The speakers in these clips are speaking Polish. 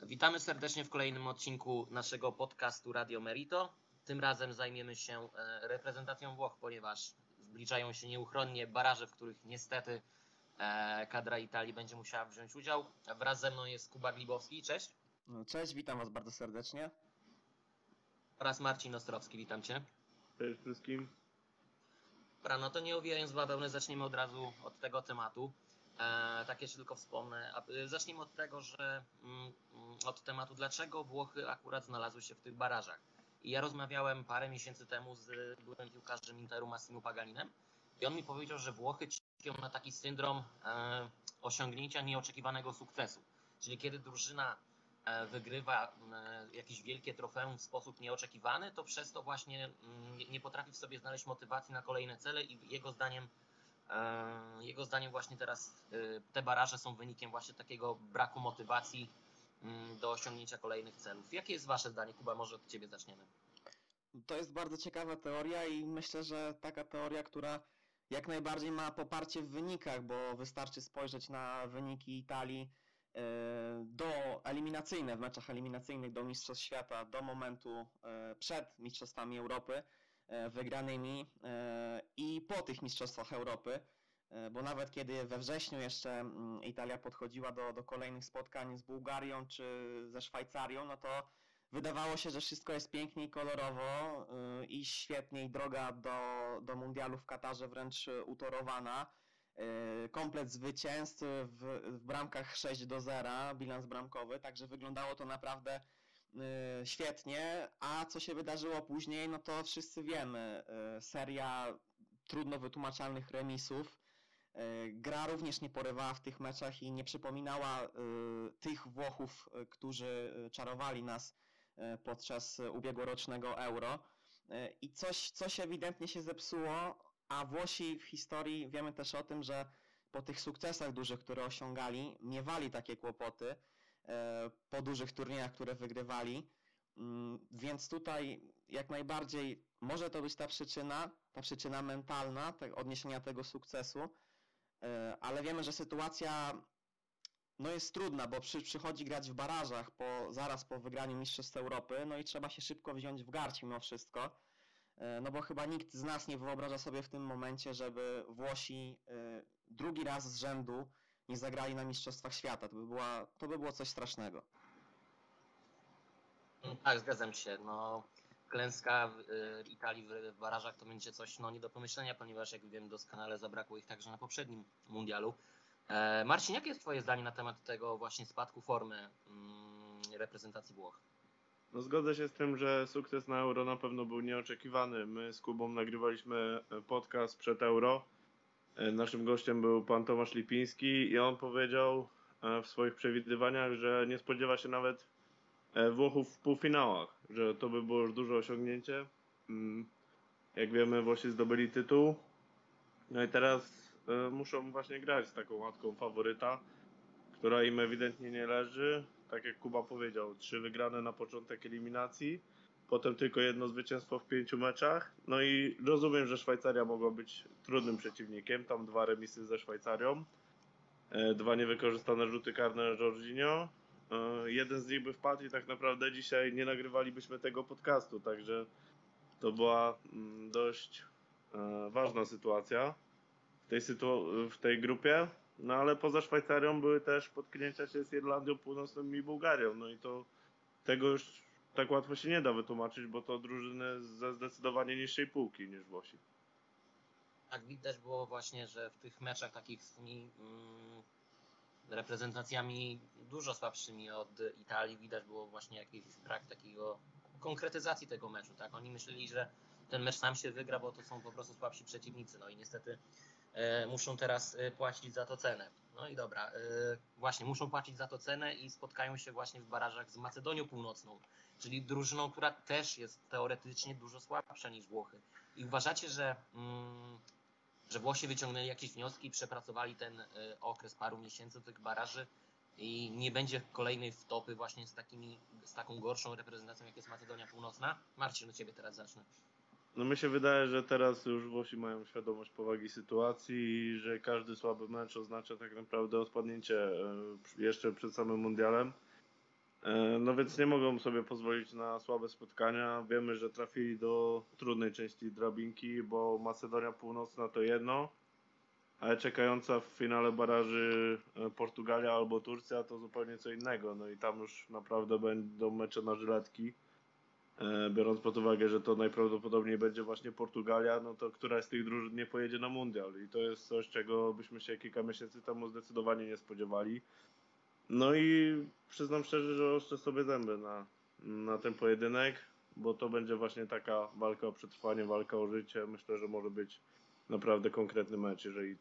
Witamy serdecznie w kolejnym odcinku naszego podcastu Radio Merito. Tym razem zajmiemy się reprezentacją Włoch, ponieważ zbliżają się nieuchronnie baraże, w których niestety kadra Italii będzie musiała wziąć udział. Wraz ze mną jest Kuba Glibowski. Cześć. Cześć, witam Was bardzo serdecznie. Oraz Marcin Ostrowski, witam Cię. Cześć wszystkim. Dobra, no to nie owijając bawełny, zaczniemy od razu od tego tematu. Tak jeszcze tylko wspomnę. Zacznijmy od tego, że od tematu, dlaczego Włochy akurat znalazły się w tych barażach. I ja rozmawiałem parę miesięcy temu z byłym piłkarzem Interu Massimo Paganinem i on mi powiedział, że Włochy cierpią na taki syndrom osiągnięcia nieoczekiwanego sukcesu. Czyli kiedy drużyna wygrywa jakieś wielkie trofeum w sposób nieoczekiwany, to przez to właśnie nie potrafi w sobie znaleźć motywacji na kolejne cele i jego zdaniem właśnie teraz te baraże są wynikiem właśnie takiego braku motywacji do osiągnięcia kolejnych celów. Jakie jest Wasze zdanie, Kuba? Może od Ciebie zaczniemy. To jest bardzo ciekawa teoria i myślę, że taka teoria, która jak najbardziej ma poparcie w wynikach, bo wystarczy spojrzeć na wyniki Italii w meczach eliminacyjnych do Mistrzostw Świata, do momentu przed Mistrzostwami Europy wygranymi i po tych Mistrzostwach Europy, bo nawet kiedy we wrześniu jeszcze Italia podchodziła do kolejnych spotkań z Bułgarią czy ze Szwajcarią, no to wydawało się, że wszystko jest pięknie i kolorowo i świetnie i droga do mundialu w Katarze wręcz utorowana. Komplet zwycięstw w bramkach 6-0, bilans bramkowy, także wyglądało to naprawdę świetnie, a co się wydarzyło później, no to wszyscy wiemy. Seria trudno wytłumaczalnych remisów. Gra również nie porywała w tych meczach i nie przypominała tych Włochów, którzy czarowali nas podczas ubiegłorocznego Euro. I coś ewidentnie się zepsuło, a Włosi w historii wiemy też o tym, że po tych sukcesach dużych, które osiągali, miewali takie kłopoty po dużych turniejach, które wygrywali. Więc tutaj jak najbardziej może to być ta przyczyna mentalna odniesienia tego sukcesu, ale wiemy, że sytuacja jest trudna, bo przychodzi grać w barażach zaraz po wygraniu Mistrzostw Europy, no i trzeba się szybko wziąć w garść mimo wszystko, no bo chyba nikt z nas nie wyobraża sobie w tym momencie, żeby Włosi drugi raz z rzędu nie zagrali na Mistrzostwach Świata. To by było coś strasznego. Tak, zgadzam się. Klęska Italii w barażach to będzie coś nie do pomyślenia, ponieważ jak wiem doskonale zabrakło ich także na poprzednim mundialu. Marcin, jakie jest Twoje zdanie na temat tego właśnie spadku formy reprezentacji Włoch? Zgodzę się z tym, że sukces na Euro na pewno był nieoczekiwany. My z Kubą nagrywaliśmy podcast przed Euro. Naszym gościem był pan Tomasz Lipiński i on powiedział w swoich przewidywaniach, że nie spodziewa się nawet Włochów w półfinałach, że to by było już duże osiągnięcie. Jak wiemy, Włosi zdobyli tytuł. No i teraz muszą właśnie grać z taką łatką faworyta, która im ewidentnie nie leży. Tak jak Kuba powiedział, 3 wygrane na początek eliminacji, potem tylko jedno zwycięstwo w 5 meczach. No i rozumiem, że Szwajcaria mogła być trudnym przeciwnikiem, tam 2 remisy ze Szwajcarią, 2 niewykorzystane rzuty karne Jorginho. Jeden z nich by wpadł i tak naprawdę dzisiaj nie nagrywalibyśmy tego podcastu, także to była dość ważna sytuacja w tej grupie. No ale poza Szwajcarią były też potknięcia się z Irlandią Północną i Bułgarią. No i tego już tak łatwo się nie da wytłumaczyć, bo to drużyny ze zdecydowanie niższej półki niż Włosi. Tak, widać było właśnie, że w tych meczach takich z tymi reprezentacjami dużo słabszymi od Italii widać było właśnie jakiś brak takiego konkretyzacji tego meczu. Tak? Oni myśleli, że ten mecz sam się wygra, bo to są po prostu słabsi przeciwnicy. No i niestety muszą teraz płacić za to cenę. No i dobra, właśnie muszą płacić za to cenę i spotkają się właśnie w barażach z Macedonią Północną, czyli drużyną, która też jest teoretycznie dużo słabsza niż Włochy. I uważacie, że Włosi wyciągnęli jakieś wnioski, przepracowali ten okres paru miesięcy tych baraży i nie będzie kolejnej wtopy właśnie z taką gorszą reprezentacją, jak jest Macedonia Północna? Marcin, do Ciebie teraz zacznę. No mi się wydaje, że teraz już Włosi mają świadomość powagi sytuacji i że każdy słaby mecz oznacza tak naprawdę odpadnięcie jeszcze przed samym mundialem. No więc nie mogą sobie pozwolić na słabe spotkania. Wiemy, że trafili do trudnej części drabinki, bo Macedonia Północna to jedno, ale czekająca w finale baraży Portugalia albo Turcja to zupełnie co innego. No i tam już naprawdę będą mecze na żyletki. Biorąc pod uwagę, że to najprawdopodobniej będzie właśnie Portugalia, no to któraś z tych drużyn nie pojedzie na mundial. I to jest coś, czego byśmy się kilka miesięcy temu zdecydowanie nie spodziewali. No i przyznam szczerze, że oszczę sobie zęby na ten pojedynek, bo to będzie właśnie taka walka o przetrwanie, walka o życie. Myślę, że może być naprawdę konkretny mecz, jeżeli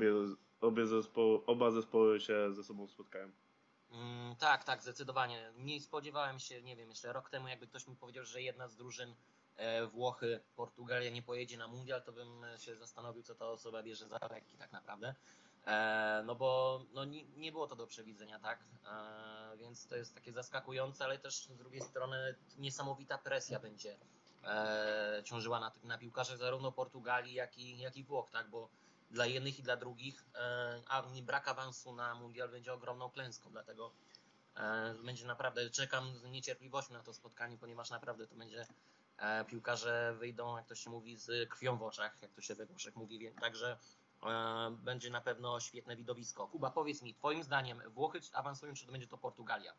oba zespoły się ze sobą spotkają. Tak, tak, zdecydowanie. Nie spodziewałem się, nie wiem, jeszcze rok temu jakby ktoś mi powiedział, że jedna z drużyn Włochy, Portugalia nie pojedzie na mundial, to bym się zastanowił, co ta osoba bierze za lekki tak naprawdę. No bo no nie było to do przewidzenia, tak? Więc to jest takie zaskakujące, ale też z drugiej strony niesamowita presja będzie ciążyła na piłkarzach zarówno Portugalii, jak i Włoch, tak? Bo dla jednych i dla drugich, a brak awansu na mundial będzie ogromną klęską, dlatego będzie naprawdę, czekam z niecierpliwością na to spotkanie, ponieważ naprawdę to będzie, piłkarze wyjdą, jak to się mówi, z krwią w oczach, jak to się we Włoszech mówi, także będzie na pewno świetne widowisko. Kuba, powiedz mi, twoim zdaniem Włochy awansują, czy to będzie to Portugalia?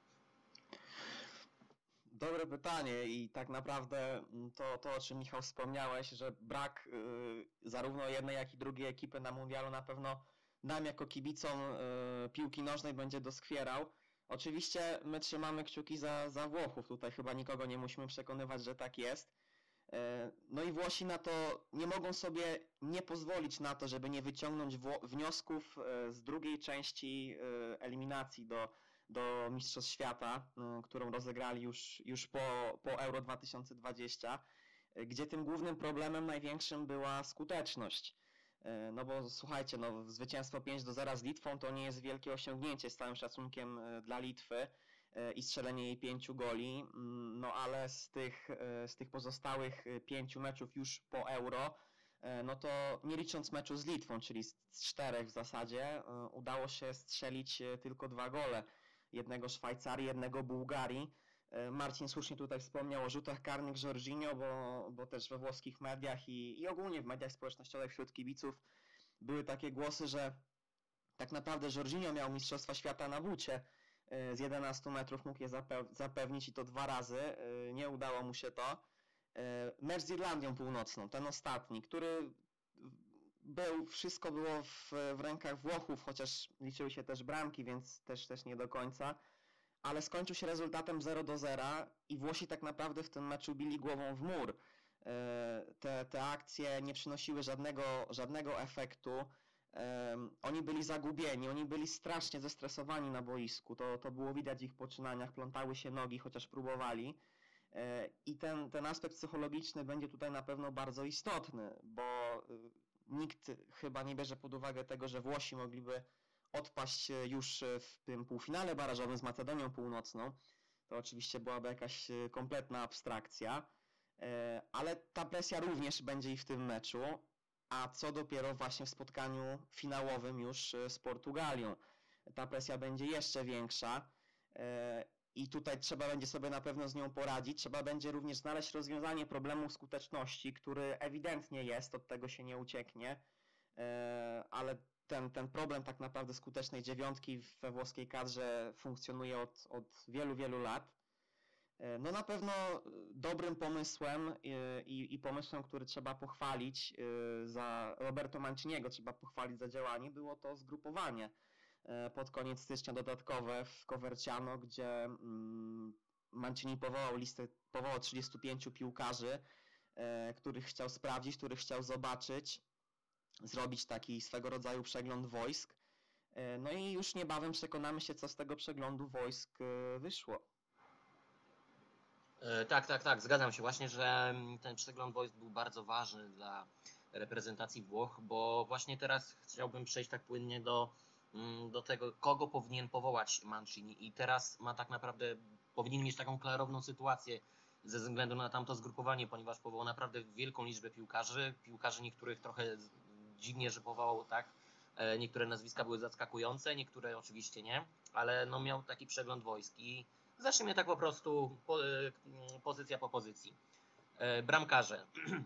Dobre pytanie i tak naprawdę to o czym Michał wspomniałeś, że brak zarówno jednej, jak i drugiej ekipy na mundialu na pewno nam jako kibicom piłki nożnej będzie doskwierał. Oczywiście my trzymamy kciuki za Włochów, tutaj chyba nikogo nie musimy przekonywać, że tak jest. No i Włosi na to nie mogą sobie nie pozwolić na to, żeby nie wyciągnąć wniosków z drugiej części eliminacji do Mistrzostw Świata, którą rozegrali już po Euro 2020, gdzie tym głównym problemem największym była skuteczność. No bo słuchajcie, no zwycięstwo 5-0 z Litwą to nie jest wielkie osiągnięcie, z całym szacunkiem dla Litwy i strzelenie jej 5 goli, no ale z tych pozostałych 5 meczów już po Euro, no to nie licząc meczu z Litwą, czyli z 4 w zasadzie, udało się strzelić tylko 2 gole. Jednego Szwajcarii, jednego Bułgarii. Marcin słusznie tutaj wspomniał o rzutach karnych Jorginho, bo też we włoskich mediach i ogólnie w mediach społecznościowych wśród kibiców były takie głosy, że tak naprawdę Jorginho miał Mistrzostwa Świata na bucie. Z 11 metrów mógł je zapewnić i to 2 razy. Nie udało mu się to. Mecz z Irlandią Północną, ten ostatni, który wszystko było w rękach Włochów, chociaż liczyły się też bramki, więc też nie do końca. Ale skończył się rezultatem 0-0 i Włosi tak naprawdę w tym meczu bili głową w mur. Te akcje nie przynosiły żadnego efektu. Oni byli zagubieni, oni byli strasznie zestresowani na boisku. To było widać w ich poczynaniach, plątały się nogi, chociaż próbowali. I ten aspekt psychologiczny będzie tutaj na pewno bardzo istotny, bo nikt chyba nie bierze pod uwagę tego, że Włosi mogliby odpaść już w tym półfinale barażowym z Macedonią Północną. To oczywiście byłaby jakaś kompletna abstrakcja, ale ta presja również będzie i w tym meczu, a co dopiero właśnie w spotkaniu finałowym już z Portugalią. Ta presja będzie jeszcze większa i tutaj trzeba będzie sobie na pewno z nią poradzić. Trzeba będzie również znaleźć rozwiązanie problemu skuteczności, który ewidentnie jest, od tego się nie ucieknie, ale ten problem tak naprawdę skutecznej dziewiątki we włoskiej kadrze funkcjonuje od wielu lat. No na pewno dobrym pomysłem i pomysłem, który trzeba pochwalić za Roberto Manciniego, trzeba pochwalić za działanie, było to zgrupowanie pod koniec stycznia dodatkowe w Coverciano, gdzie Mancini powołał 35 piłkarzy, których chciał sprawdzić, których chciał zobaczyć, zrobić taki swego rodzaju przegląd wojsk. No i już niebawem przekonamy się, co z tego przeglądu wojsk wyszło. Tak, zgadzam się właśnie, że ten przegląd wojsk był bardzo ważny dla reprezentacji Włoch, bo właśnie teraz chciałbym przejść tak płynnie do tego, kogo powinien powołać Mancini i teraz ma tak naprawdę, powinien mieć taką klarowną sytuację ze względu na tamto zgrupowanie, ponieważ powołał naprawdę wielką liczbę piłkarzy niektórych trochę dziwnie, że powołał, tak, niektóre nazwiska były zaskakujące, niektóre oczywiście nie, ale no miał taki przegląd wojsk i Zacznijmy tak po prostu pozycja po pozycji. Bramkarze.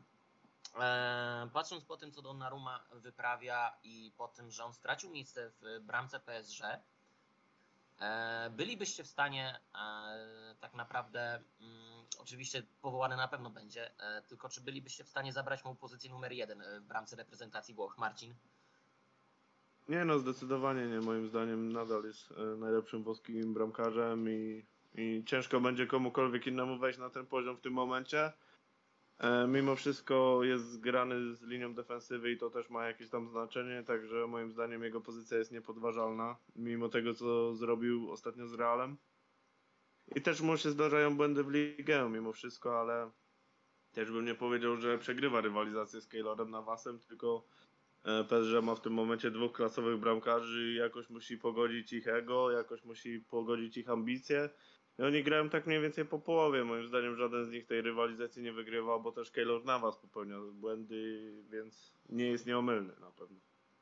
Patrząc po tym, co Donnarumma wyprawia i po tym, że on stracił miejsce w bramce PSG, bylibyście w stanie tak naprawdę, oczywiście powołany na pewno będzie, tylko czy bylibyście w stanie zabrać mu pozycję numer 1 w bramce reprezentacji Włoch? Marcin? Nie no, zdecydowanie nie. Moim zdaniem nadal jest najlepszym włoskim bramkarzem i ciężko będzie komukolwiek innemu wejść na ten poziom w tym momencie. Mimo wszystko jest zgrany z linią defensywy i to też ma jakieś tam znaczenie, także moim zdaniem jego pozycja jest niepodważalna, mimo tego co zrobił ostatnio z Realem. I też mu się zdarzają błędy w ligę mimo wszystko, ale też bym nie powiedział, że przegrywa rywalizację z Keylorem Navasem, tylko PSG ma w tym momencie dwóch klasowych bramkarzy i jakoś musi pogodzić ich ego, jakoś musi pogodzić ich ambicje. I oni grają tak mniej więcej po połowie. Moim zdaniem żaden z nich tej rywalizacji nie wygrywa, bo też Keylor Navas popełnia błędy, więc nie jest nieomylny na pewno.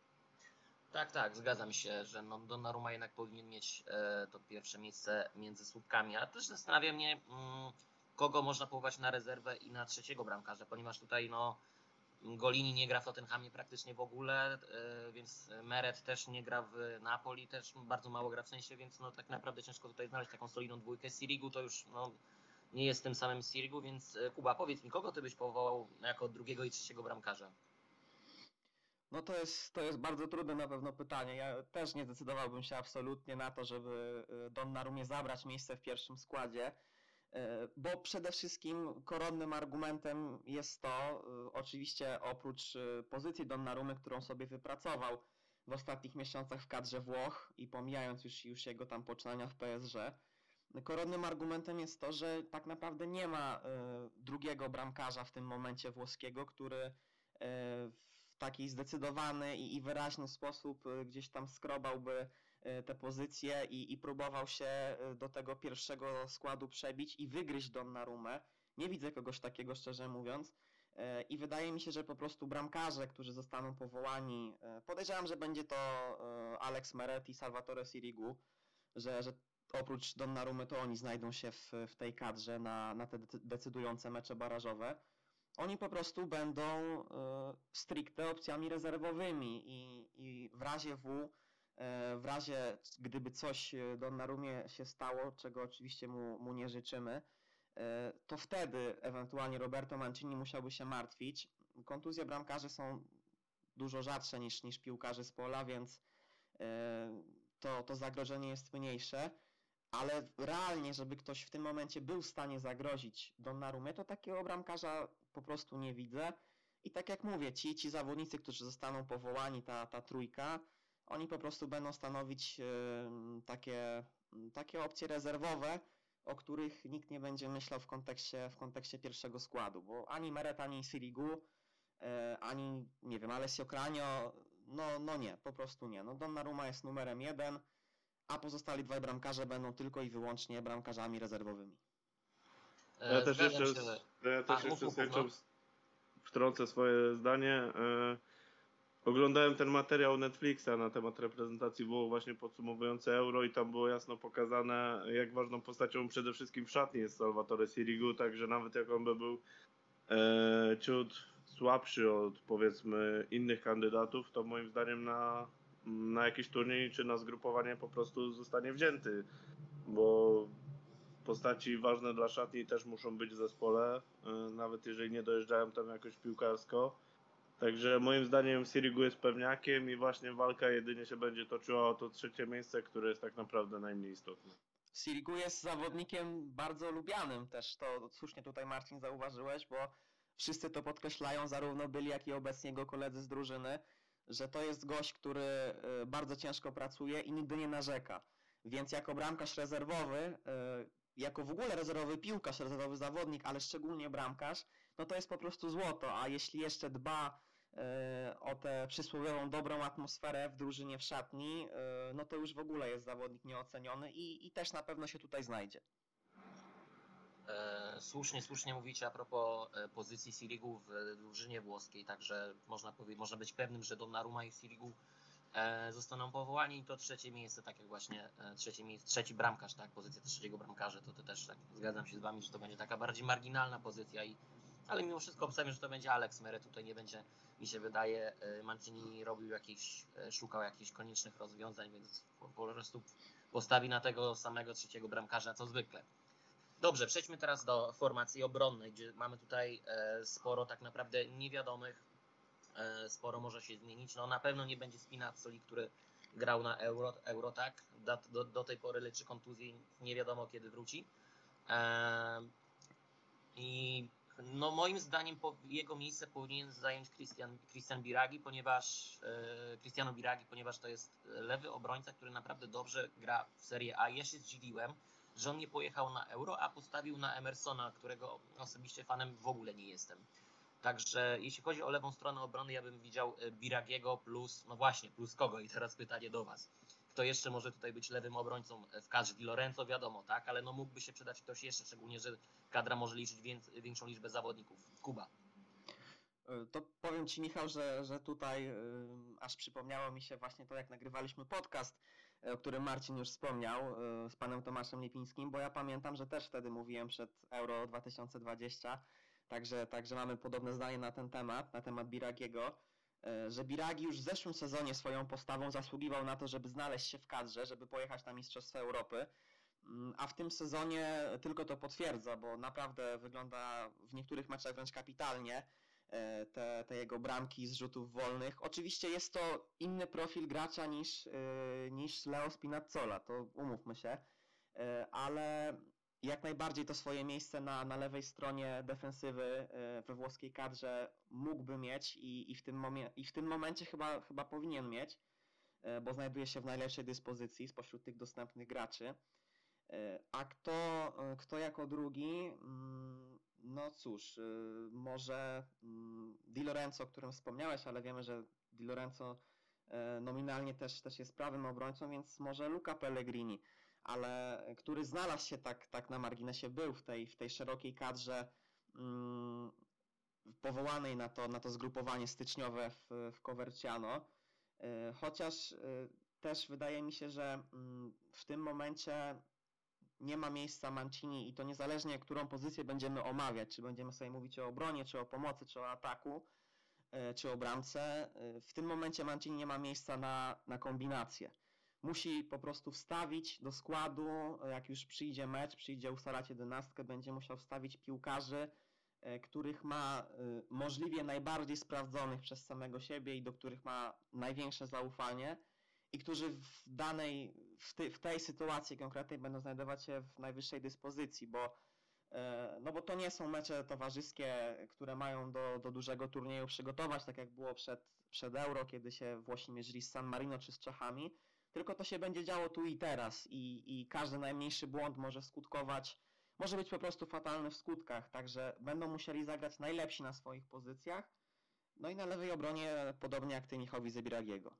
Tak, zgadzam się, że Donnarumma jednak powinien mieć to pierwsze miejsce między słupkami, a też zastanawia mnie, kogo można powołać na rezerwę i na trzeciego bramkarza, ponieważ tutaj Golini nie gra w Tottenhamie praktycznie w ogóle, więc Meret też nie gra w Napoli, też bardzo mało gra w sensie, więc tak naprawdę ciężko tutaj znaleźć taką solidną dwójkę. Sirigu to już nie jest tym samym Sirigu, więc Kuba, powiedz mi, kogo ty byś powołał jako drugiego i trzeciego bramkarza? No to jest bardzo trudne na pewno pytanie. Ja też nie decydowałbym się absolutnie na to, żeby Donnarummie zabrać miejsce w pierwszym składzie, bo przede wszystkim koronnym argumentem jest to, oczywiście oprócz pozycji Donnarummy, którą sobie wypracował w ostatnich miesiącach w kadrze Włoch i pomijając już jego tam poczynania w PSG, koronnym argumentem jest to, że tak naprawdę nie ma drugiego bramkarza w tym momencie włoskiego, który w taki zdecydowany i wyraźny sposób gdzieś tam skrobałby te pozycje i próbował się do tego pierwszego składu przebić i wygryźć Donnarummę. Nie widzę kogoś takiego, szczerze mówiąc. I wydaje mi się, że po prostu bramkarze, którzy zostaną powołani, podejrzewam, że będzie to Alex Meret i Salvatore Sirigu, że oprócz Donnarummy to oni znajdą się w tej kadrze na te decydujące mecze barażowe. Oni po prostu będą stricte opcjami rezerwowymi i w razie w razie gdyby coś Donnarummie się stało, czego oczywiście mu nie życzymy, to wtedy ewentualnie Roberto Mancini musiałby się martwić. Kontuzje bramkarzy są dużo rzadsze niż piłkarzy z pola, więc to zagrożenie jest mniejsze. Ale realnie, żeby ktoś w tym momencie był w stanie zagrozić Donnarummie, to takiego bramkarza po prostu nie widzę. I tak jak mówię, ci zawodnicy, którzy zostaną powołani, ta trójka, oni po prostu będą stanowić takie opcje rezerwowe, o których nikt nie będzie myślał w kontekście pierwszego składu, bo ani Meret, ani Sirigu, ani, nie wiem, Alessio Cranio, no nie, po prostu nie. No Donnarumma jest numerem 1, a pozostali dwaj bramkarze będą tylko i wyłącznie bramkarzami rezerwowymi. Ja też Zgadzam jeszcze, się. ja też jeszcze Mów, z chęcią wtrącę swoje zdanie. Oglądałem ten materiał Netflixa na temat reprezentacji Włoch właśnie podsumowujący Euro i tam było jasno pokazane, jak ważną postacią przede wszystkim w szatni jest Salvatore Sirigu, także nawet jak on by był ciut słabszy od powiedzmy innych kandydatów, to moim zdaniem na jakiś turniej czy na zgrupowanie po prostu zostanie wzięty, bo postaci ważne dla szatni też muszą być w zespole, nawet jeżeli nie dojeżdżają tam jakoś piłkarsko. Także moim zdaniem Sirigu jest pewniakiem i właśnie walka jedynie się będzie toczyła o to trzecie miejsce, które jest tak naprawdę najmniej istotne. Sirigu jest zawodnikiem bardzo lubianym też, to słusznie tutaj Marcin zauważyłeś, bo wszyscy to podkreślają, zarówno byli, jak i obecnie jego koledzy z drużyny, że to jest gość, który bardzo ciężko pracuje i nigdy nie narzeka. Więc jako bramkarz rezerwowy, jako w ogóle rezerwowy piłkarz, rezerwowy zawodnik, ale szczególnie bramkarz, no to jest po prostu złoto, a jeśli jeszcze dba o tę przysłowiową dobrą atmosferę w drużynie, w szatni, no to już w ogóle jest zawodnik nieoceniony i też na pewno się tutaj znajdzie. Słusznie mówicie a propos pozycji Sirigu w drużynie włoskiej, także można być pewnym, że Donnarumma i Sirigu zostaną powołani i to trzecie miejsce, tak jak właśnie trzeci bramkarz, tak, pozycja trzeciego bramkarza, to też tak, zgadzam się z wami, że to będzie taka bardziej marginalna pozycja, ale mimo wszystko obstawiam, że to będzie Alex Meret, tutaj nie będzie, mi się wydaje, Mancini szukał jakichś koniecznych rozwiązań, więc po prostu postawi na tego samego trzeciego bramkarza, co zwykle. Dobrze, przejdźmy teraz do formacji obronnej, gdzie mamy tutaj sporo tak naprawdę niewiadomych, sporo może się zmienić. No na pewno nie będzie Spinazzoli, który grał na Euro tak, do tej pory leczy kontuzję, nie wiadomo kiedy wróci. I no moim zdaniem jego miejsce powinien zająć Cristiano Biraghi, ponieważ to jest lewy obrońca, który naprawdę dobrze gra w Serie A. Ja się zdziwiłem, że on nie pojechał na Euro, a postawił na Emersona, którego osobiście fanem w ogóle nie jestem. Także jeśli chodzi o lewą stronę obrony, ja bym widział Biraghiego plus, no właśnie, plus kogo? I teraz pytanie do was. Kto jeszcze może tutaj być lewym obrońcą w kadrze? Di Lorenzo wiadomo, tak? Ale no mógłby się przydać ktoś jeszcze, szczególnie, że kadra może liczyć większą liczbę zawodników. Kuba. To powiem Ci, Michał, że tutaj aż przypomniało mi się właśnie to, jak nagrywaliśmy podcast, o którym Marcin już wspomniał, z panem Tomaszem Lipińskim, bo ja pamiętam, że też wtedy mówiłem przed Euro 2020, także mamy podobne zdanie na ten temat Biraghiego, że Biraghi już w zeszłym sezonie swoją postawą zasługiwał na to, żeby znaleźć się w kadrze, żeby pojechać na Mistrzostwa Europy, a w tym sezonie tylko to potwierdza, bo naprawdę wygląda w niektórych meczach wręcz kapitalnie. Te jego bramki z rzutów wolnych. Oczywiście jest to inny profil gracza niż Leo Spinazzola, to umówmy się, ale jak najbardziej to swoje miejsce na lewej stronie defensywy we włoskiej kadrze mógłby mieć i w tym momencie chyba powinien mieć, bo znajduje się w najlepszej dyspozycji spośród tych dostępnych graczy. A kto jako drugi? No cóż, może Di Lorenzo, o którym wspomniałeś, ale wiemy, że Di Lorenzo nominalnie też jest prawym obrońcą, więc może Luca Pellegrini, ale który znalazł się tak na marginesie, był w tej szerokiej kadrze powołanej na to zgrupowanie styczniowe w Coverciano, chociaż też wydaje mi się, że w tym momencie nie ma miejsca Mancini i to niezależnie, którą pozycję będziemy omawiać, czy będziemy sobie mówić o obronie, czy o pomocy, czy o ataku, czy o bramce, w tym momencie Mancini nie ma miejsca na kombinację. Musi po prostu wstawić do składu, jak już przyjdzie mecz, przyjdzie ustalać 11, będzie musiał wstawić piłkarzy, których ma możliwie najbardziej sprawdzonych przez samego siebie i do których ma największe zaufanie i którzy w tej sytuacji konkretnej będą znajdować się w najwyższej dyspozycji, bo to nie są mecze towarzyskie, które mają do dużego turnieju przygotować, tak jak było przed Euro, kiedy się Włosi mierzyli z San Marino czy z Czechami, tylko to się będzie działo tu i teraz i każdy najmniejszy błąd może być po prostu fatalny w skutkach, także będą musieli zagrać najlepsi na swoich pozycjach, no i na lewej obronie podobnie jak Tynichowi Zebiragiego.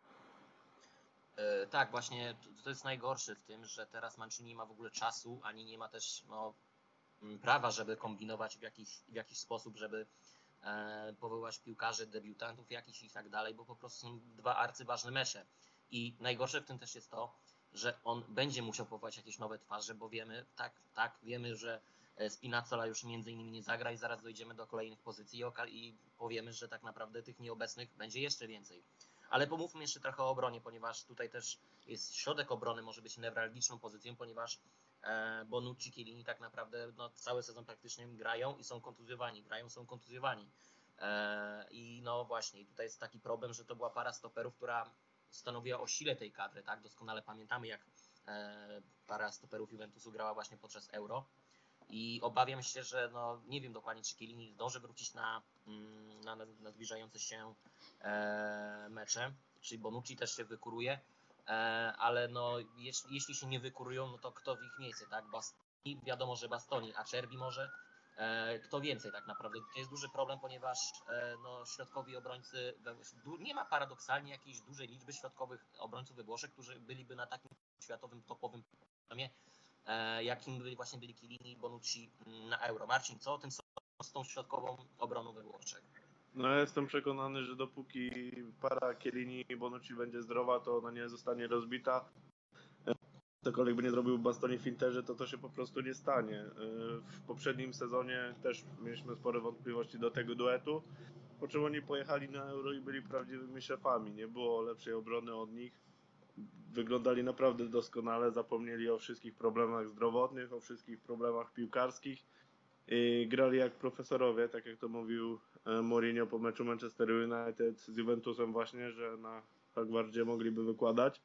Tak, właśnie to jest najgorsze w tym, że teraz Mancini nie ma w ogóle czasu, ani nie ma też prawa, żeby kombinować w jakiś sposób, żeby powołać piłkarzy, debiutantów jakichś i tak dalej, bo po prostu są dwa arcyważne mecze. I najgorsze w tym też jest to, że on będzie musiał powołać jakieś nowe twarze, bo wiemy, wiemy, że Spinazzola już między innymi nie zagra i zaraz dojdziemy do kolejnych pozycji i powiemy, że tak naprawdę tych nieobecnych będzie jeszcze więcej. Ale pomówmy jeszcze trochę o obronie, ponieważ tutaj też jest środek obrony, może być newralgiczną pozycją, ponieważ Bonucci, Chiellini tak naprawdę cały sezon praktycznie grają i są kontuzjowani. I no właśnie, tutaj jest taki problem, że to była para stoperów, która stanowiła o sile tej kadry, tak? Doskonale pamiętamy, jak para stoperów Juventusu grała właśnie podczas Euro. I obawiam się, że nie wiem dokładnie, czy Chiellini zdąży wrócić na zbliżające się mecze, czyli Bonucci też się wykuruje, ale jeśli się nie wykurują, no to kto w ich miejsce, tak? Bastoni, wiadomo, że Bastoni, Acerbi może, kto więcej tak naprawdę. To jest duży problem, ponieważ środkowi obrońcy, nie ma paradoksalnie jakiejś dużej liczby środkowych obrońców we Włoszech, którzy byliby na takim światowym, topowym poziomie, jakim byli Chiellini i Bonucci na Euro. Marcin, co o tym z tą środkową obroną we Włoszech? No ja jestem przekonany, że dopóki para Chiellini i Bonucci będzie zdrowa, to ona nie zostanie rozbita. Cokolwiek by nie zrobił Bastoni w Interze, to się po prostu nie stanie. W poprzednim sezonie też mieliśmy spore wątpliwości do tego duetu, po czym oni pojechali na Euro i byli prawdziwymi szefami. Nie było lepszej obrony od nich. Wyglądali naprawdę doskonale, zapomnieli o wszystkich problemach zdrowotnych, o wszystkich problemach piłkarskich i grali jak profesorowie, tak jak to mówił Mourinho po meczu Manchester United z Juventusem właśnie, że na Hagwardzie mogliby wykładać.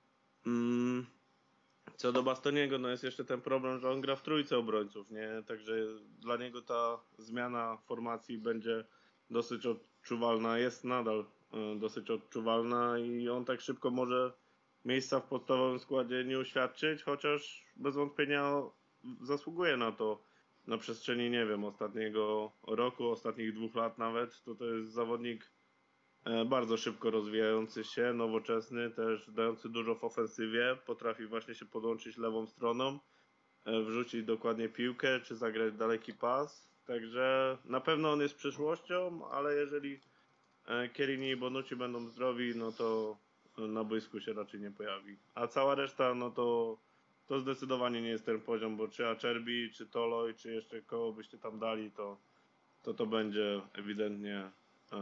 Co do Bastoniego, no jest jeszcze ten problem, że on gra w trójce obrońców, nie? Także dla niego ta zmiana formacji będzie dosyć odczuwalna, jest nadal dosyć odczuwalna i on tak szybko może miejsca w podstawowym składzie nie uświadczyć, chociaż bez wątpienia zasługuje na to na przestrzeni, nie wiem, ostatniego roku, ostatnich 2 lat nawet. To jest zawodnik bardzo szybko rozwijający się, nowoczesny, też dający dużo w ofensywie, potrafi właśnie się podłączyć lewą stroną, wrzucić dokładnie piłkę, czy zagrać daleki pas. Także na pewno on jest przyszłością, ale jeżeli Chiellini i Bonucci będą zdrowi, no to na boisku się raczej nie pojawi. A cała reszta, no to zdecydowanie nie jest ten poziom, bo czy Acerbi, czy Toloi, czy jeszcze kogo byście tam dali, to będzie ewidentnie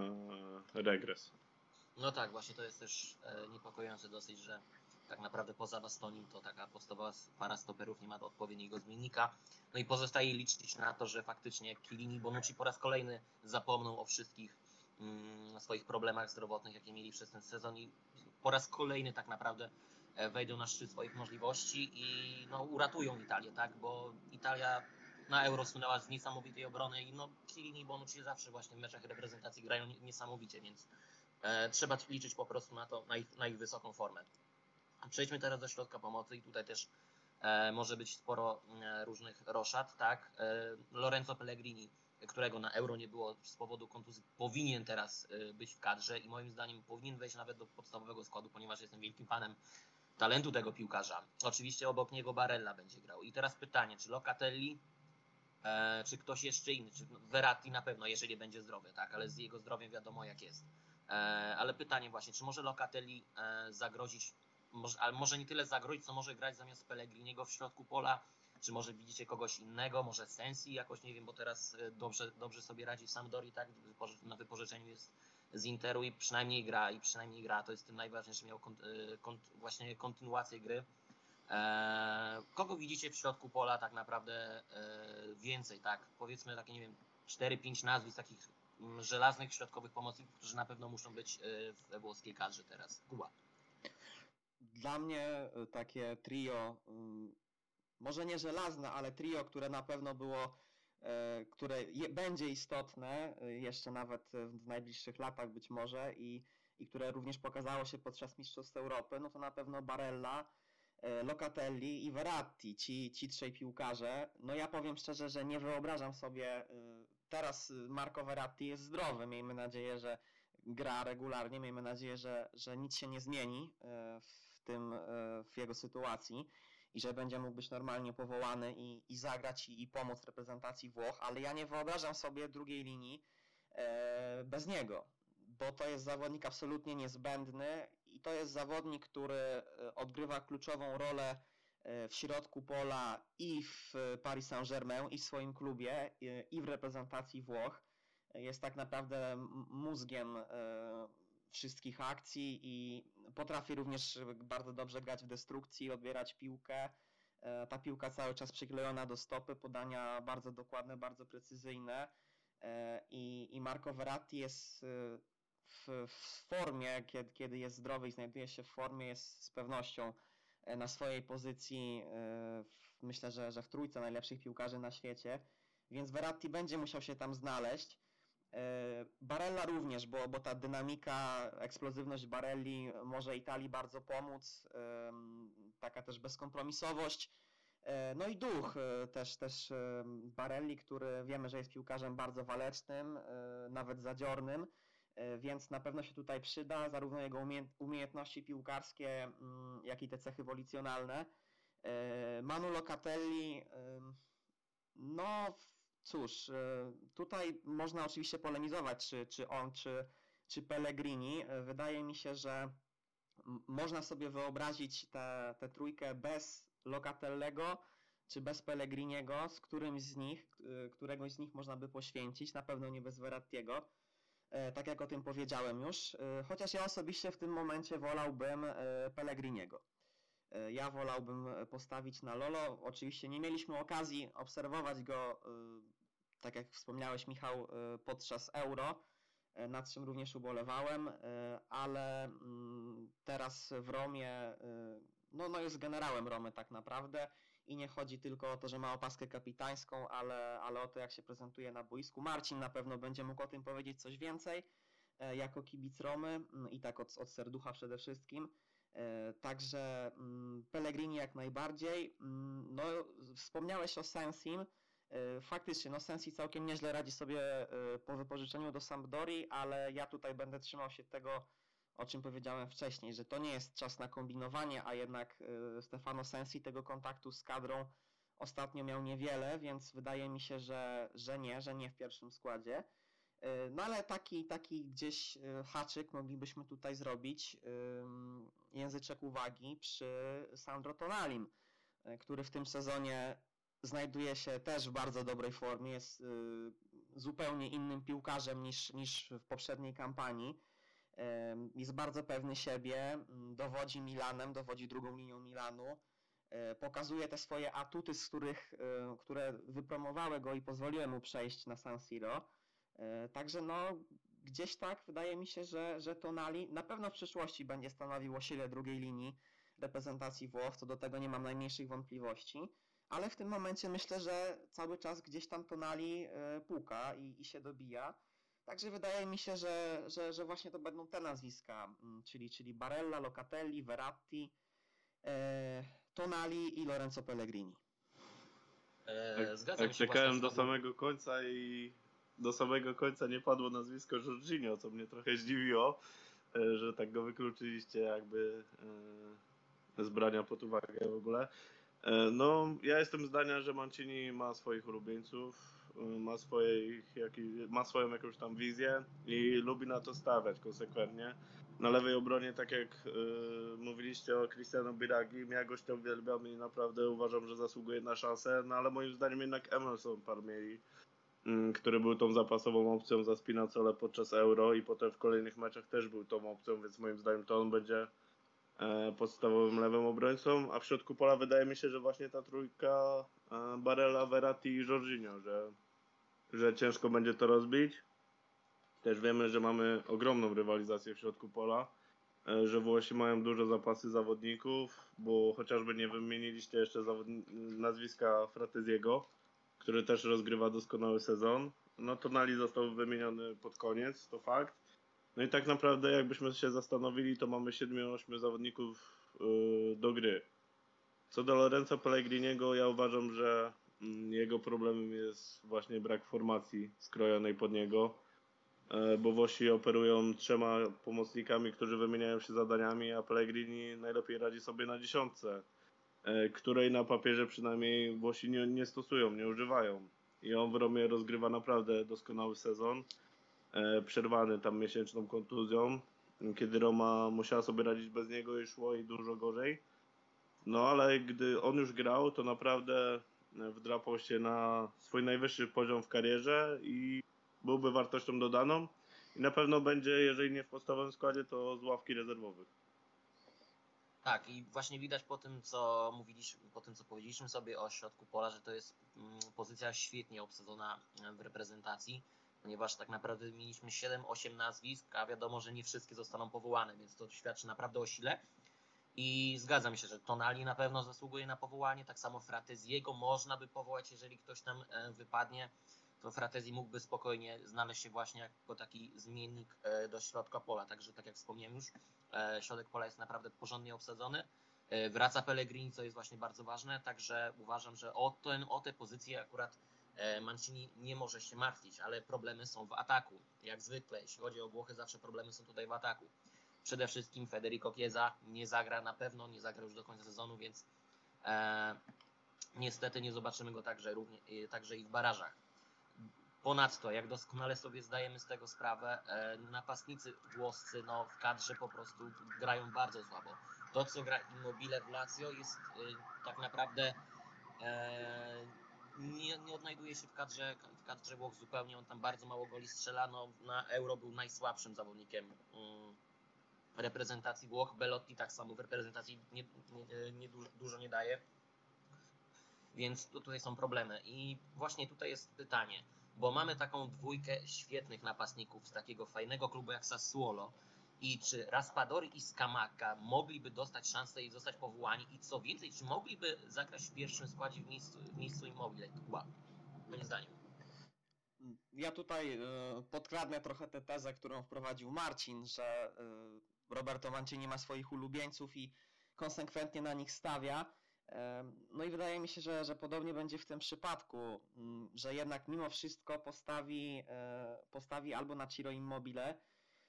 regres. No tak, właśnie to jest też niepokojące dosyć, że tak naprawdę poza Bastonim to taka podstawowa para stoperów nie ma odpowiedniego zmiennika. No i pozostaje liczyć na to, że faktycznie Chiellini i Bonucci po raz kolejny zapomną o wszystkich swoich problemach zdrowotnych, jakie mieli przez ten sezon i po raz kolejny tak naprawdę wejdą na szczyt swoich możliwości i no, uratują Italię, tak? Bo Italia na Euro słynęła z niesamowitej obrony i no Chiellini i Bonucci zawsze właśnie w meczach reprezentacji grają niesamowicie, więc trzeba liczyć po prostu na ich wysoką formę. Przejdźmy teraz do środka pomocy i tutaj też może być sporo różnych roszad, tak? Lorenzo Pellegrini, którego na Euro nie było z powodu kontuzji, powinien teraz być w kadrze i moim zdaniem powinien wejść nawet do podstawowego składu, ponieważ jestem wielkim fanem talentu tego piłkarza. Oczywiście obok niego Barella będzie grał. I teraz pytanie, czy Locatelli, czy ktoś jeszcze inny, czy Verratti na pewno, jeżeli będzie zdrowy, tak? Ale z jego zdrowiem wiadomo jak jest. Ale pytanie właśnie, czy może Locatelli zagrozić, ale może nie tyle zagrozić, co może grać zamiast Pellegriniego w środku pola, czy może widzicie kogoś innego, może Sensi jakoś, nie wiem, bo teraz dobrze sobie radzi w Sampdorii, tak, na wypożyczeniu jest z Interu i przynajmniej gra, to jest tym najważniejsze, miał właśnie kontynuację gry. Kogo widzicie w środku pola tak naprawdę więcej, tak, powiedzmy takie, nie wiem, 4-5 nazwisk takich żelaznych środkowych pomocników, którzy na pewno muszą być we włoskiej kadrze teraz. Kuba. Dla mnie takie trio, może nie żelazne, ale trio, które na pewno było, które będzie istotne jeszcze nawet w najbliższych latach być może i które również pokazało się podczas Mistrzostw Europy, no to na pewno Barella, Locatelli i Verratti, ci trzej piłkarze. No ja powiem szczerze, że nie wyobrażam sobie, teraz Marco Verratti jest zdrowy, miejmy nadzieję, że gra regularnie, miejmy nadzieję, że nic się nie zmieni w jego sytuacji i że będzie mógł być normalnie powołany i zagrać i pomóc reprezentacji Włoch, ale ja nie wyobrażam sobie drugiej linii bez niego, bo to jest zawodnik absolutnie niezbędny i to jest zawodnik, który odgrywa kluczową rolę w środku pola i w Paris Saint-Germain, i w swoim klubie, i w reprezentacji Włoch. Jest tak naprawdę mózgiem wszystkich akcji i potrafi również bardzo dobrze grać w destrukcji, odbierać piłkę. Ta piłka cały czas przyklejona do stopy, podania bardzo dokładne, bardzo precyzyjne i Marco Verratti jest w formie, kiedy jest zdrowy i znajduje się w formie, jest z pewnością na swojej pozycji, myślę, że w trójce najlepszych piłkarzy na świecie, więc Verratti będzie musiał się tam znaleźć. Barella również, bo ta dynamika, eksplozywność Barelli może Italii bardzo pomóc, taka też bezkompromisowość, no i duch też Barelli, który wiemy, że jest piłkarzem bardzo walecznym, nawet zadziornym, więc na pewno się tutaj przyda zarówno jego umiejętności piłkarskie, jak i te cechy wolicjonalne. Manu Locatelli, no Cóż, tutaj można oczywiście polemizować, czy on, czy Pellegrini. Wydaje mi się, że można sobie wyobrazić tę trójkę bez Locatellego, czy bez Pellegriniego, z któregoś z nich można by poświęcić, na pewno nie bez Verrattiego, tak jak o tym powiedziałem już, chociaż ja osobiście w tym momencie wolałbym Pellegriniego. Ja wolałbym postawić na Lolo. Oczywiście nie mieliśmy okazji obserwować go, tak jak wspomniałeś, Michał, podczas Euro, nad czym również ubolewałem, ale teraz w Romie, no jest generałem Romy tak naprawdę i nie chodzi tylko o to, że ma opaskę kapitańską, ale o to, jak się prezentuje na boisku. Marcin na pewno będzie mógł o tym powiedzieć coś więcej, jako kibic Romy i tak od serducha przede wszystkim. Także Pellegrini jak najbardziej. No, wspomniałeś o Sensim. Faktycznie, no Sensi całkiem nieźle radzi sobie po wypożyczeniu do Sampdori, ale ja tutaj będę trzymał się tego, o czym powiedziałem wcześniej, że to nie jest czas na kombinowanie, a jednak Stefano Sensi tego kontaktu z kadrą ostatnio miał niewiele, więc wydaje mi się, że nie w pierwszym składzie. No ale taki gdzieś haczyk moglibyśmy tutaj zrobić, języczek uwagi przy Sandro Tonalim, który w tym sezonie znajduje się też w bardzo dobrej formie, jest zupełnie innym piłkarzem niż w poprzedniej kampanii. Jest bardzo pewny siebie, dowodzi Milanem, dowodzi drugą linią Milanu, pokazuje te swoje atuty, które wypromowały go i pozwoliły mu przejść na San Siro. Także no gdzieś tak wydaje mi się, że Tonali na pewno w przyszłości będzie stanowił o sile drugiej linii reprezentacji Włoch, co do tego nie mam najmniejszych wątpliwości, ale w tym momencie myślę, że cały czas gdzieś tam Tonali puka i się dobija. Także wydaje mi się, że właśnie to będą te nazwiska, czyli Barella, Locatelli, Verratti, Tonali i Lorenzo Pellegrini. Zgadzam Tak się czekałem właśnie do z tobą. samego końca i do samego końca nie padło nazwisko Jorginho, co mnie trochę zdziwiło, że tak go wykluczyliście jakby z brania pod uwagę w ogóle. No, ja jestem zdania, że Mancini ma swoich ulubieńców, ma swoją jakąś tam wizję i lubi na to stawiać konsekwentnie. Na lewej obronie, tak jak mówiliście o Cristiano Biragi, ja gościa uwielbiam i naprawdę uważam, że zasługuje na szansę, no ale moim zdaniem jednak Emerson Palmieri, który był tą zapasową opcją za Spinazzolę podczas Euro i potem w kolejnych meczach też był tą opcją, więc moim zdaniem to on będzie podstawowym lewym obrońcą, a w środku pola wydaje mi się, że właśnie ta trójka Barella, Verratti i Jorginho, że ciężko będzie to rozbić. Też wiemy, że mamy ogromną rywalizację w środku pola, że Włosi mają dużo zapasy zawodników, bo chociażby nie wymieniliście jeszcze nazwiska Frattesiego, który też rozgrywa doskonały sezon. No Tonali został wymieniony pod koniec, to fakt. No i tak naprawdę jakbyśmy się zastanowili, to mamy 7-8 zawodników do gry. Co do Lorenzo Pellegriniego, ja uważam, że jego problemem jest właśnie brak formacji skrojonej pod niego, bo Włosi operują 3 pomocnikami, którzy wymieniają się zadaniami, a Pellegrini najlepiej radzi sobie na dziesiątce, której na papierze przynajmniej Włosi nie stosują, nie używają. I on w Romie rozgrywa naprawdę doskonały sezon, przerwany tam miesięczną kontuzją, kiedy Roma musiała sobie radzić bez niego i szło i dużo gorzej. No ale gdy on już grał, to naprawdę wdrapał się na swój najwyższy poziom w karierze i byłby wartością dodaną. I na pewno będzie, jeżeli nie w podstawowym składzie, to z ławki rezerwowych. Tak, i właśnie widać po tym, co powiedzieliśmy sobie o środku pola, że to jest pozycja świetnie obsadzona w reprezentacji, ponieważ tak naprawdę mieliśmy 7-8 nazwisk, a wiadomo, że nie wszystkie zostaną powołane, więc to świadczy naprawdę o sile. I zgadzam się, że Tonali na pewno zasługuje na powołanie, tak samo Frattesiego można by powołać, jeżeli ktoś tam wypadnie, to Frattesi mógłby spokojnie znaleźć się właśnie jako taki zmiennik do środka pola. Także tak jak wspomniałem już, środek pola jest naprawdę porządnie obsadzony. Wraca Pellegrini, co jest właśnie bardzo ważne, także uważam, że o tę pozycję akurat Mancini nie może się martwić, ale problemy są w ataku. Jak zwykle, jeśli chodzi o Włochy, zawsze problemy są tutaj w ataku. Przede wszystkim Federico Chiesa nie zagra na pewno, nie zagra już do końca sezonu, więc niestety nie zobaczymy go także i w barażach. Ponadto, jak doskonale sobie zdajemy z tego sprawę, napastnicy włoscy w kadrze po prostu grają bardzo słabo. To, co gra Immobile w Lazio, jest tak naprawdę nie odnajduje się w kadrze Włoch zupełnie. On tam bardzo mało goli strzela. Na Euro był najsłabszym zawodnikiem reprezentacji Włoch. Belotti tak samo w reprezentacji dużo nie daje. Więc tutaj są problemy. I właśnie tutaj jest pytanie, bo mamy taką dwójkę świetnych napastników z takiego fajnego klubu jak Sassuolo. I czy Raspadori i Scamacca mogliby dostać szansę i zostać powołani? I co więcej, czy mogliby zagrać w pierwszym składzie w miejscu Immobile? Kuba, moim zdaniem. Ja tutaj podkradnę trochę tę tezę, którą wprowadził Marcin, że Roberto Mancini ma swoich ulubieńców i konsekwentnie na nich stawia. No i wydaje mi się, że podobnie będzie w tym przypadku, że jednak mimo wszystko postawi albo na Ciro Immobile,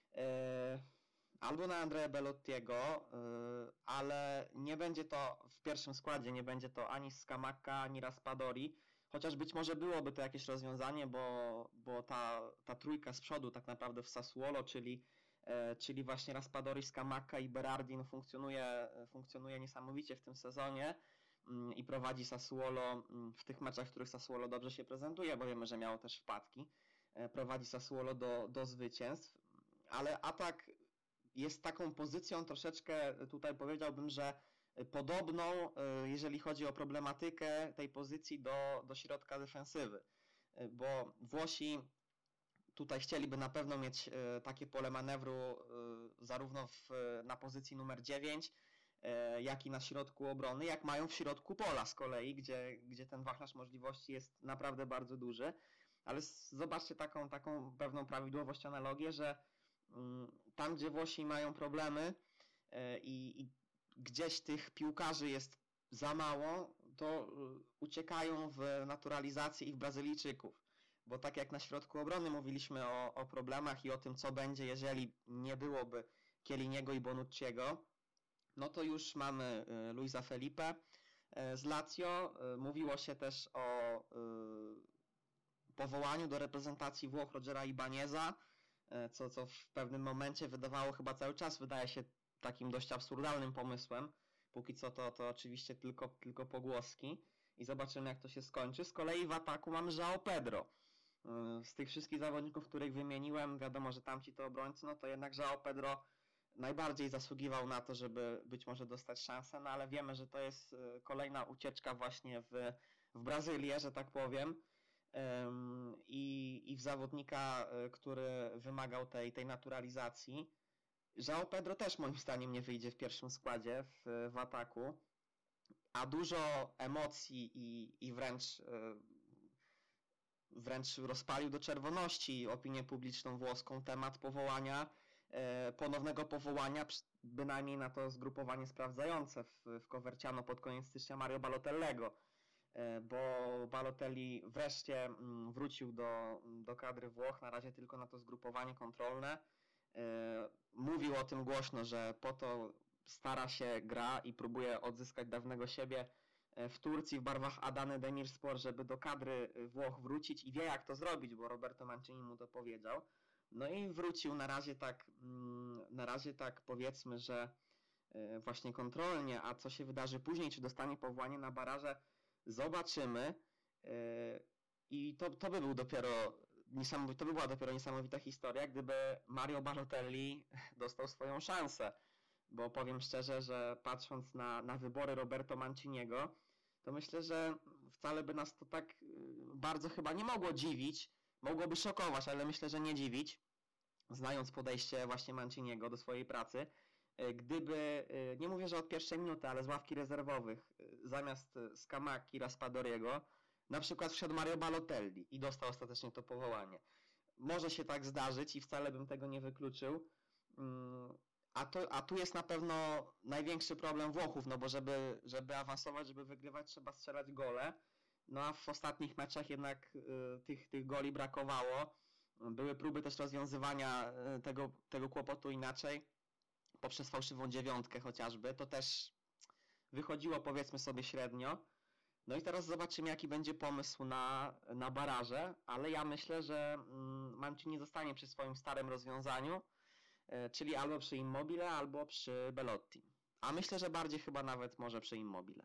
albo na Andrea Belottiego, ale nie będzie to w pierwszym składzie, nie będzie to ani Scamacca, ani Raspadori, chociaż być może byłoby to jakieś rozwiązanie, bo ta trójka z przodu tak naprawdę w Sassuolo, czyli właśnie Raspadori, Scamacca i Berardi funkcjonuje niesamowicie w tym sezonie i prowadzi Sassuolo w tych meczach, w których Sassuolo dobrze się prezentuje, bo wiemy, że miało też wpadki, prowadzi Sassuolo do zwycięstw, ale atak jest taką pozycją troszeczkę, tutaj powiedziałbym, że podobną, jeżeli chodzi o problematykę tej pozycji do środka defensywy, bo Włosi tutaj chcieliby na pewno mieć takie pole manewru zarówno na pozycji numer 9, jak i na środku obrony, jak mają w środku pola z kolei, gdzie ten wachlarz możliwości jest naprawdę bardzo duży, ale zobaczcie taką pewną prawidłowość, analogię, że tam, gdzie Włosi mają problemy i gdzieś tych piłkarzy jest za mało, to uciekają w naturalizację i w Brazylijczyków. Bo tak jak na środku obrony mówiliśmy o problemach i o tym, co będzie, jeżeli nie byłoby Chielliniego i Bonucciego, no to już mamy Luisa Felipe z Lazio. Mówiło się też o powołaniu do reprezentacji Włoch Rogera Ibaneza, co w pewnym momencie chyba cały czas wydaje się takim dość absurdalnym pomysłem. Póki co to oczywiście tylko pogłoski i zobaczymy, jak to się skończy. Z kolei w ataku mamy João Pedro. Z tych wszystkich zawodników, których wymieniłem, wiadomo, że tamci to obrońcy, no to jednak João Pedro najbardziej zasługiwał na to, żeby być może dostać szansę, no ale wiemy, że to jest kolejna ucieczka właśnie w Brazylię, że tak powiem, i w zawodnika, który wymagał tej naturalizacji. João Pedro też moim zdaniem nie wyjdzie w pierwszym składzie w ataku, a dużo emocji i wręcz rozpalił do czerwoności opinię publiczną włoską temat ponownego powołania, bynajmniej na to zgrupowanie sprawdzające w Coverciano pod koniec stycznia Mario Balotellego, bo Balotelli wreszcie wrócił do kadry Włoch, na razie tylko na to zgrupowanie kontrolne. Mówił o tym głośno, że po to stara się, gra i próbuje odzyskać dawnego siebie w Turcji w barwach Adany Demirspor, żeby do kadry Włoch wrócić i wie, jak to zrobić, bo Roberto Mancini mu to powiedział. No i wrócił na razie tak powiedzmy, że właśnie kontrolnie, a co się wydarzy później, czy dostanie powołanie na baraże, zobaczymy. I to by była dopiero niesamowita historia, gdyby Mario Balotelli dostał swoją szansę. Bo powiem szczerze, że patrząc na wybory Roberto Manciniego, to myślę, że wcale by nas to tak bardzo chyba nie mogło dziwić. Mogłoby szokować, ale myślę, że nie dziwić, znając podejście właśnie Manciniego do swojej pracy. Gdyby, nie mówię, że od pierwszej minuty, ale z ławki rezerwowych, zamiast Scamacchi, Raspadoriego, na przykład wszedł Mario Balotelli i dostał ostatecznie to powołanie. Może się tak zdarzyć i wcale bym tego nie wykluczył. A tu jest na pewno największy problem Włochów, no bo żeby awansować, żeby wygrywać, trzeba strzelać gole. No a w ostatnich meczach jednak tych goli brakowało. Były próby też rozwiązywania tego kłopotu inaczej, poprzez fałszywą dziewiątkę chociażby. To też wychodziło, powiedzmy sobie, średnio. No i teraz zobaczymy, jaki będzie pomysł na baraże, ale ja myślę, że Mancini zostanie przy swoim starym rozwiązaniu, czyli albo przy Immobile, albo przy Belotti. A myślę, że bardziej chyba nawet może przy Immobile.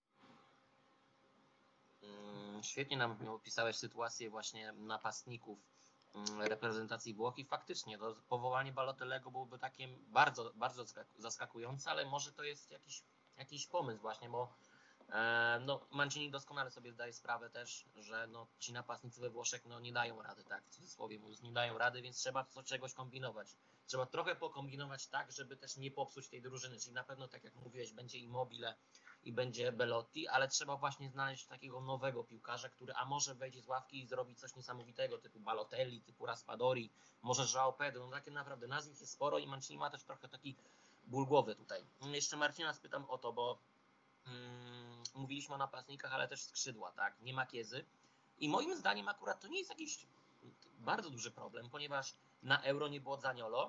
Świetnie nam opisałeś sytuację właśnie napastników reprezentacji Włoch i faktycznie to powołanie Balotelliego byłoby takie bardzo, bardzo zaskakujące, ale może to jest jakiś pomysł właśnie, bo no, Mancini doskonale sobie zdaje sprawę też, że no, ci napastnicy we Włoszech no, nie dają rady, tak w cudzysłowie mówiąc, nie dają rady, więc trzeba czegoś kombinować. Trzeba trochę pokombinować tak, żeby też nie popsuć tej drużyny, czyli na pewno tak jak mówiłeś, będzie Immobile i będzie Belotti, ale trzeba właśnie znaleźć takiego nowego piłkarza, który a może wejdzie z ławki i zrobi coś niesamowitego, typu Balotelli, typu Raspadori, może João Pedro, no takie naprawdę nazwisk jest sporo i Mancini ma też trochę taki ból głowy tutaj. Jeszcze Marcina spytam o to, bo mówiliśmy o napastnikach, ale też skrzydła, tak? Nie ma Kiezy. I moim zdaniem akurat to nie jest jakiś bardzo duży problem, ponieważ na Euro nie było Zaniolo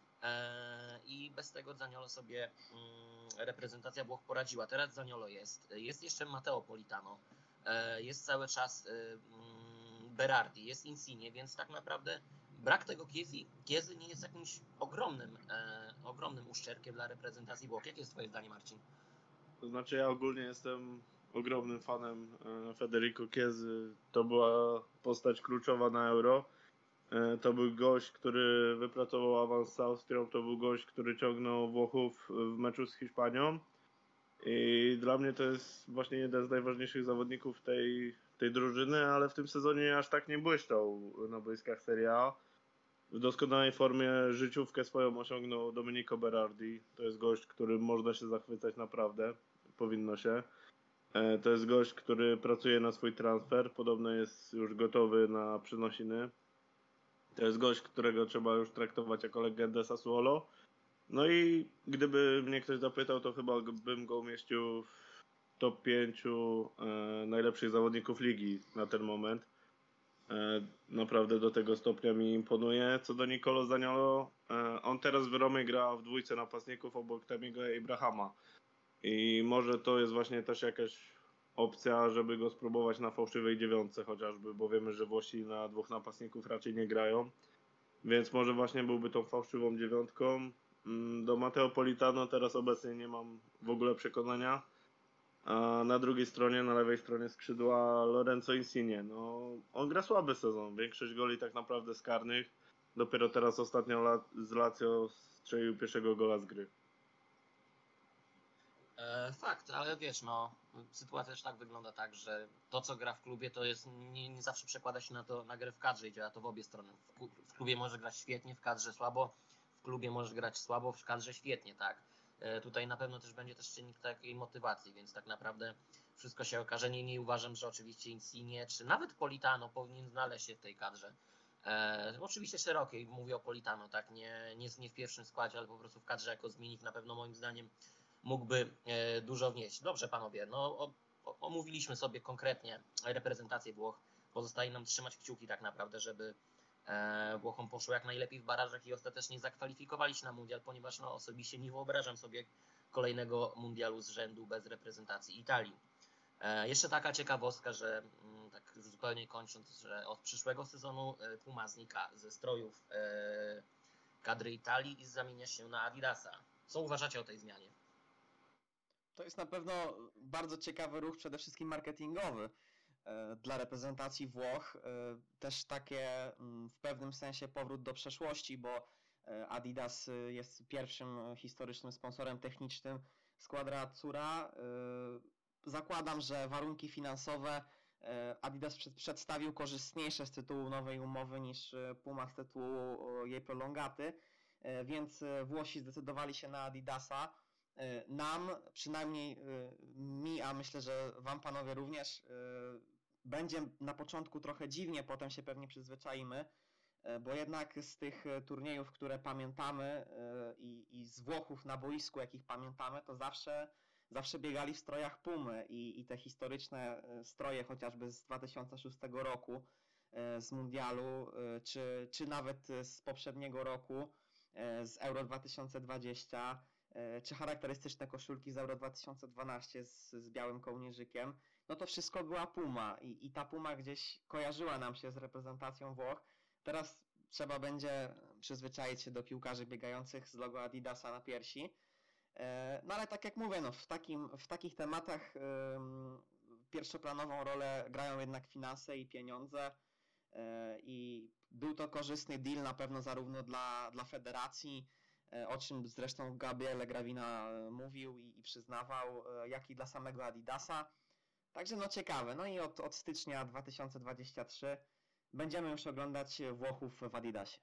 i bez tego Zaniolo sobie reprezentacja Włoch poradziła. Teraz Zaniolo jest. Jest jeszcze Matteo Politano. Jest cały czas Berardi, jest Insigne, więc tak naprawdę brak tego Kiezy nie jest jakimś ogromnym uszczerbkiem dla reprezentacji Włoch. Jakie jest twoje zdanie, Marcin? To znaczy ja ogólnie jestem ogromnym fanem Federico Chiezy. To była postać kluczowa na Euro. To był gość, który wypracował awans z Austrią. To był gość, który ciągnął Włochów w meczu z Hiszpanią. I dla mnie to jest właśnie jeden z najważniejszych zawodników tej drużyny, ale w tym sezonie aż tak nie błyszczał na boiskach Serie A. W doskonałej formie życiówkę swoją osiągnął Domenico Berardi. To jest gość, którym można się zachwycać naprawdę. Powinno się. To jest gość, który pracuje na swój transfer. Podobno jest już gotowy na przenosiny. To jest gość, którego trzeba już traktować jako legendę Sassuolo. No i gdyby mnie ktoś zapytał, to chyba bym go umieścił w top 5 najlepszych zawodników ligi na ten moment. Naprawdę do tego stopnia mi imponuje. Co do Nicolo Zaniolo, on teraz w Romie gra w dwójce napastników obok Tamiego i Abrahama. I może to jest właśnie też jakaś opcja, żeby go spróbować na fałszywej dziewiątce chociażby, bo wiemy, że Włosi na dwóch napastników raczej nie grają. Więc może właśnie byłby tą fałszywą dziewiątką. Do Matteo Politano teraz obecnie nie mam w ogóle przekonania. A na drugiej stronie, na lewej stronie skrzydła Lorenzo Insigne. No, on gra słaby sezon. Większość goli tak naprawdę z karnych. Dopiero teraz ostatnio z Lazio strzelił pierwszego gola z gry. Fakt, ale wiesz, no, sytuacja też tak wygląda tak, że to, co gra w klubie, to jest nie zawsze przekłada się na grę w kadrze, idzie to w obie strony. W klubie może grać świetnie, w kadrze słabo, w klubie może grać słabo, w kadrze świetnie, tak. Tutaj na pewno też będzie też czynnik takiej motywacji, więc tak naprawdę wszystko się okaże. Nie uważam, że oczywiście Insigne, czy nawet Politano powinien znaleźć się w tej kadrze. Oczywiście szerokiej, mówię o Politano, tak, nie w pierwszym składzie, ale po prostu w kadrze jako zmiennik na pewno moim zdaniem mógłby dużo wnieść. Dobrze, panowie, no omówiliśmy sobie konkretnie reprezentację Włoch. Pozostaje nam trzymać kciuki tak naprawdę, żeby Włochom poszło jak najlepiej w barażach i ostatecznie zakwalifikowali się na mundial, ponieważ no, osobiście nie wyobrażam sobie kolejnego mundialu z rzędu bez reprezentacji Italii. Jeszcze taka ciekawostka, że tak zupełnie kończąc, że od przyszłego sezonu Puma znika ze strojów kadry Italii i zamienia się na Adidasa. Co uważacie o tej zmianie? To jest na pewno bardzo ciekawy ruch, przede wszystkim marketingowy dla reprezentacji Włoch. Też takie w pewnym sensie powrót do przeszłości, bo Adidas jest pierwszym historycznym sponsorem technicznym Squadra Azzurra. Zakładam, że warunki finansowe Adidas przedstawił korzystniejsze z tytułu nowej umowy niż Puma z tytułu jej prolongaty, więc Włosi zdecydowali się na Adidasa. Nam, przynajmniej mi, a myślę, że wam panowie również, będzie na początku trochę dziwnie, potem się pewnie przyzwyczaimy, bo jednak z tych turniejów, które pamiętamy i z Włochów na boisku, jakich pamiętamy, to zawsze biegali w strojach Pumy i te historyczne stroje chociażby z 2006 roku, z mundialu, czy nawet z poprzedniego roku, z Euro 2020, czy charakterystyczne koszulki z Euro 2012 z białym kołnierzykiem. no to wszystko była Puma i ta Puma gdzieś kojarzyła nam się z reprezentacją Włoch. Teraz trzeba będzie przyzwyczaić się do piłkarzy biegających z logo Adidasa na piersi. No ale tak jak mówię, no w takich tematach pierwszoplanową rolę grają jednak finanse i pieniądze i był to korzystny deal na pewno zarówno dla federacji, o czym zresztą Gabriele Gravina mówił i przyznawał, jak i dla samego Adidasa. Także no ciekawe. No i od stycznia 2023 będziemy już oglądać Włochów w Adidasie.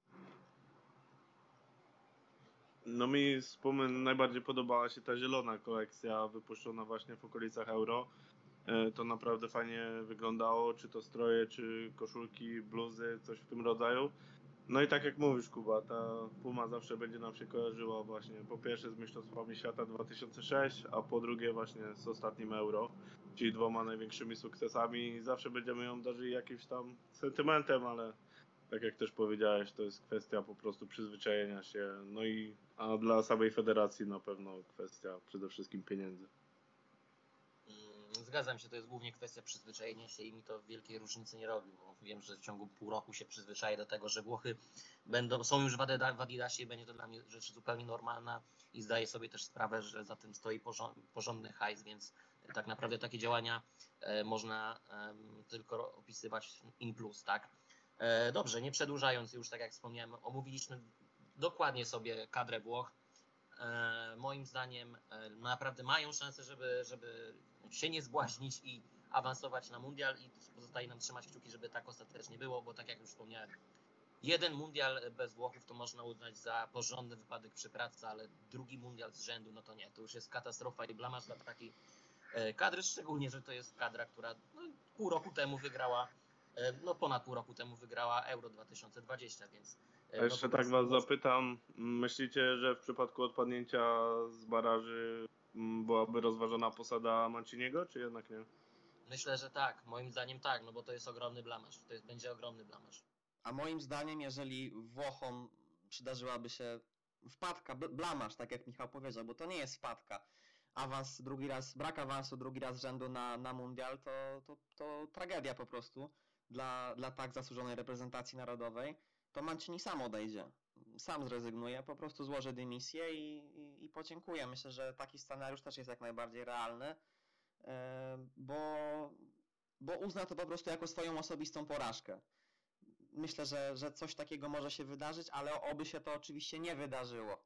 No mi z Pumy najbardziej podobała się ta zielona kolekcja wypuszczona właśnie w okolicach Euro. To naprawdę fajnie wyglądało, czy to stroje, czy koszulki, bluzy, coś w tym rodzaju. No i tak jak mówisz, Kuba, ta Puma zawsze będzie nam się kojarzyła właśnie po pierwsze z Mistrzostwami Świata 2006, a po drugie właśnie z ostatnim Euro, czyli dwoma największymi sukcesami. Zawsze będziemy ją darzyli jakimś tam sentymentem, ale tak jak też powiedziałeś, to jest kwestia po prostu przyzwyczajenia się, a dla samej federacji na pewno kwestia przede wszystkim pieniędzy. Zgadzam się, to jest głównie kwestia przyzwyczajenia się i mi to wielkiej różnicy nie robi, bo wiem, że w ciągu pół roku się przyzwyczaję do tego, że Włochy są już w Adidasie i będzie to dla mnie rzecz zupełnie normalna i zdaję sobie też sprawę, że za tym stoi porządny hajs, więc tak naprawdę takie działania można tylko opisywać in plus, tak? Dobrze, nie przedłużając już, tak jak wspomniałem, omówiliśmy dokładnie sobie kadrę Włoch. Moim zdaniem naprawdę mają szansę, żeby się nie zbłaźnić i awansować na mundial i pozostaje nam trzymać kciuki, żeby tak ostatecznie było, bo tak jak już wspomniałem, jeden mundial bez Włochów to można uznać za porządny wypadek przy pracy, ale drugi mundial z rzędu, no to nie, to już jest katastrofa i blamaż dla takiej kadry, szczególnie, że to jest kadra, która ponad pół roku temu wygrała Euro 2020, więc A jeszcze tak was zapytam, myślicie, że w przypadku odpadnięcia z baraży byłaby rozważona posada Manciniego, czy jednak nie? Myślę, że tak, moim zdaniem tak, no bo to jest ogromny blamaż, będzie ogromny blamaż. A moim zdaniem, jeżeli Włochom przydarzyłaby się wpadka, blamaż, tak jak Michał powiedział, bo to nie jest wpadka, brak awansu drugi raz z rzędu na mundial, to tragedia po prostu dla tak zasłużonej reprezentacji narodowej, to Mancini sam odejdzie, sam zrezygnuje, po prostu złoży dymisję i podziękuję. Myślę, że taki scenariusz też jest jak najbardziej realny, bo uzna to po prostu jako swoją osobistą porażkę. Myślę, że coś takiego może się wydarzyć, ale oby się to oczywiście nie wydarzyło.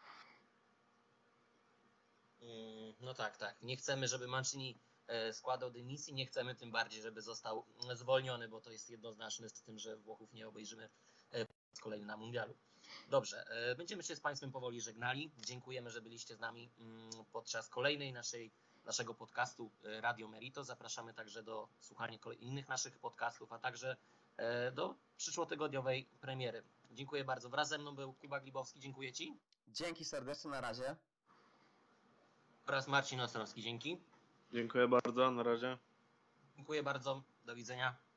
No tak. Nie chcemy, żeby Mancini składał dymisji, nie chcemy tym bardziej, żeby został zwolniony, bo to jest jednoznaczne z tym, że Włochów nie obejrzymy po raz kolejny na mundialu. Dobrze, będziemy się z Państwem powoli żegnali. Dziękujemy, że byliście z nami podczas kolejnej naszego podcastu Radio Merito. Zapraszamy także do słuchania innych naszych podcastów, a także do przyszłotygodniowej premiery. Dziękuję bardzo. Wraz ze mną był Kuba Glibowski. Dziękuję Ci. Dzięki serdecznie, na razie. Oraz Marcin Ostrowski. Dzięki. Dziękuję bardzo, na razie. Dziękuję bardzo. Do widzenia.